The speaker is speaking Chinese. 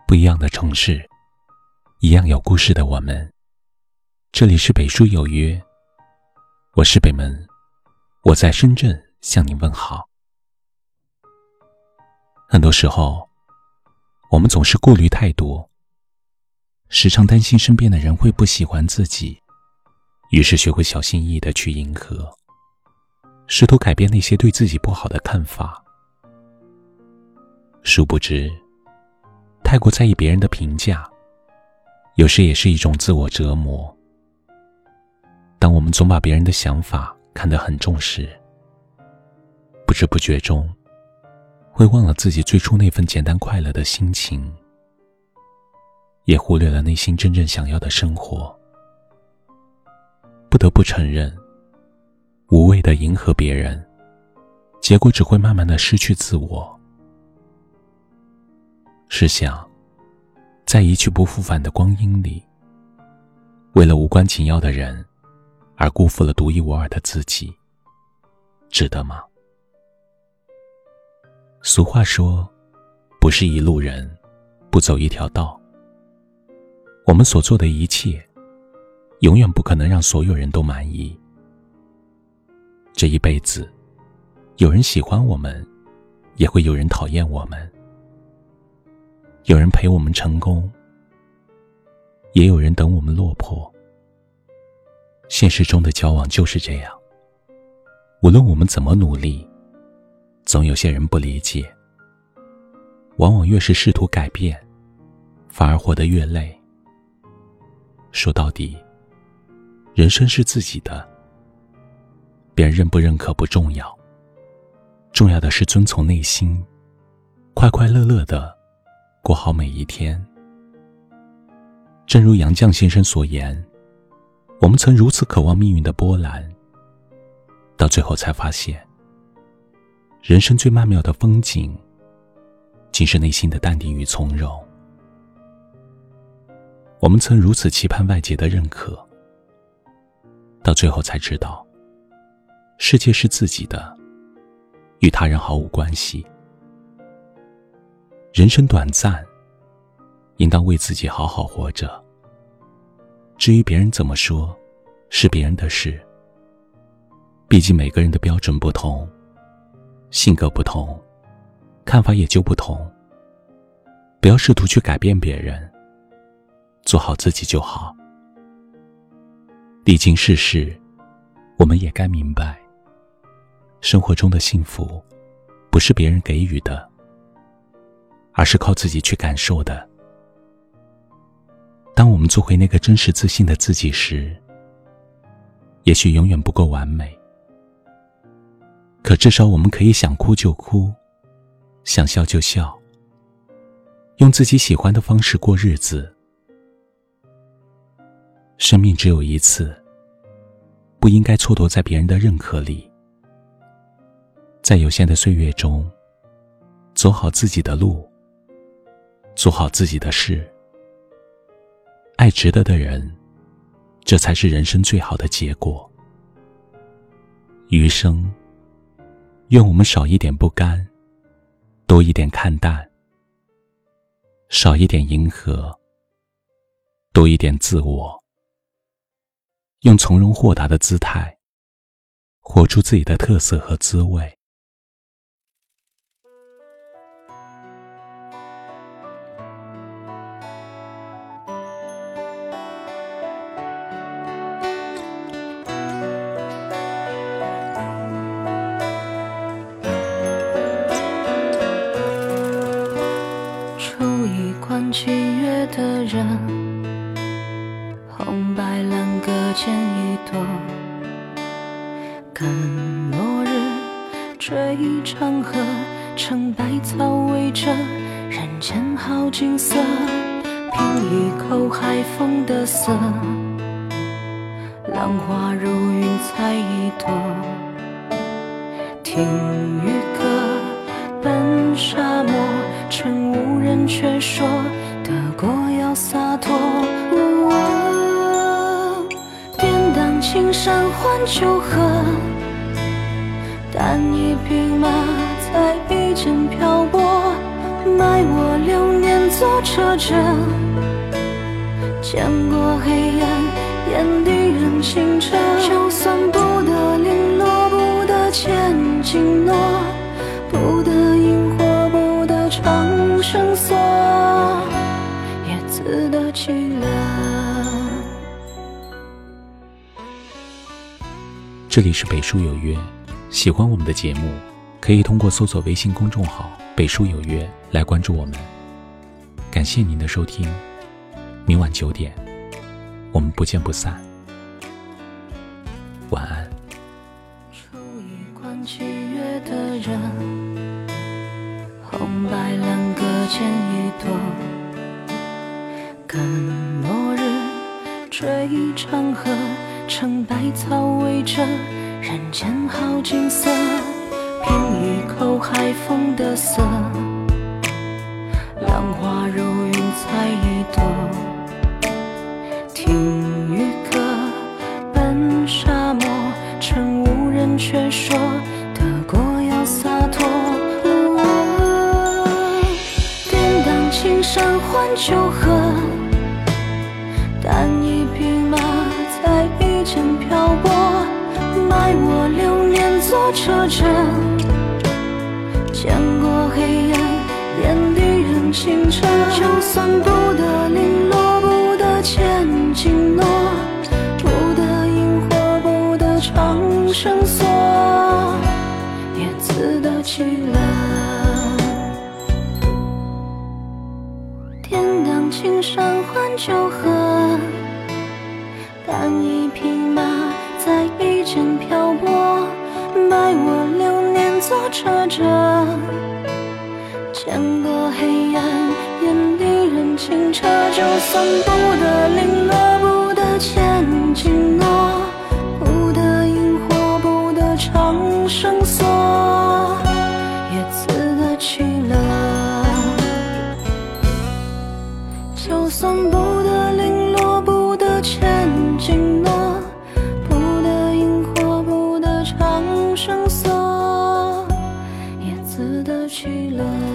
不一样的城市，一样有故事的我们。这里是北书有约，我是北门，我在深圳向您问好。很多时候，我们总是顾虑太多，时常担心身边的人会不喜欢自己，于是学会小心翼翼地去迎合，试图改变那些对自己不好的看法。殊不知，太过在意别人的评价，有时也是一种自我折磨。当我们总把别人的想法看得很重时，不知不觉中会忘了自己最初那份简单快乐的心情，也忽略了内心真正想要的生活。不得不承认，无谓的迎合别人，结果只会慢慢的失去自我。试想，在一去不复返的光阴里，为了无关紧要的人而辜负了独一无二的自己，值得吗？俗话说，不是一路人，不走一条道。我们所做的一切，永远不可能让所有人都满意。这一辈子，有人喜欢我们，也会有人讨厌我们。有人陪我们成功，也有人等我们落魄。现实中的交往就是这样，无论我们怎么努力，总有些人不理解。往往越是试图改变，反而活得越累。说到底，人生是自己的，别人认不认可不重要，重要的是遵从内心，快快乐乐地过好每一天。正如杨绛先生所言，我们曾如此渴望命运的波澜，到最后才发现，人生最曼妙的风景，竟是内心的淡定与从容。我们曾如此期盼外界的认可，到最后才知道，世界是自己的，与他人毫无关系。人生短暂，应当为自己好好活着。至于别人怎么说，是别人的事。毕竟每个人的标准不同，性格不同，看法也就不同。不要试图去改变别人，做好自己就好。历经世事，我们也该明白，生活中的幸福不是别人给予的，而是靠自己去感受的。当我们做回那个真实自信的自己时，也许永远不够完美，可至少我们可以想哭就哭，想笑就笑，用自己喜欢的方式过日子。生命只有一次，不应该蹉跎在别人的认可里。在有限的岁月中，走好自己的路，做好自己的事，爱值得的人，这才是人生最好的结果。余生，愿我们少一点不甘，多一点看淡，少一点迎合，多一点自我，用从容豁达的姿态，活出自己的特色和滋味。 契约的人，红白蓝各剪一朵，看落日追长河，趁百草围着人间好景色，品一口海风的涩，浪花如云彩一朵，听渔歌奔沙漠，趁无人却说得过要洒脱。典当青山换酒喝，但一匹马在鼻尖漂泊。 埋我流年做车辙，见过黑暗，眼底仍清澈。就算不得零落，不得千金诺，不得萤火，不得长生锁，也自得其乐。 这里是北书有约，喜欢我们的节目，可以通过搜索微信公众号北书有约来关注我们。感谢您的收听，明晚9点我们不见不散。晚安。 出一贯契约的人，红白蓝各见一朵，看落日追长河，乘百草围着人间好景色，品一口海风的色，浪花如云彩一朵，听渔歌奔沙漠，趁无人却说得过要洒脱。典当青山换旧河，但一匹马在一间漂泊，埋我流年做车辙，见过黑暗，眼底仍清澈。就算不得零落，不得千金诺，不得萤火，不得长生锁，也自得其乐。典当青山换旧河，但一匹马在一间漂泊，埋我流年做车辙，见过黑暗，眼底仍清澈。就算不得零落，不得千金诺，不得萤火，不得长生锁，也自得其乐。就算不得零落，不得千金诺，不得萤火，不得长生锁，也自得其乐。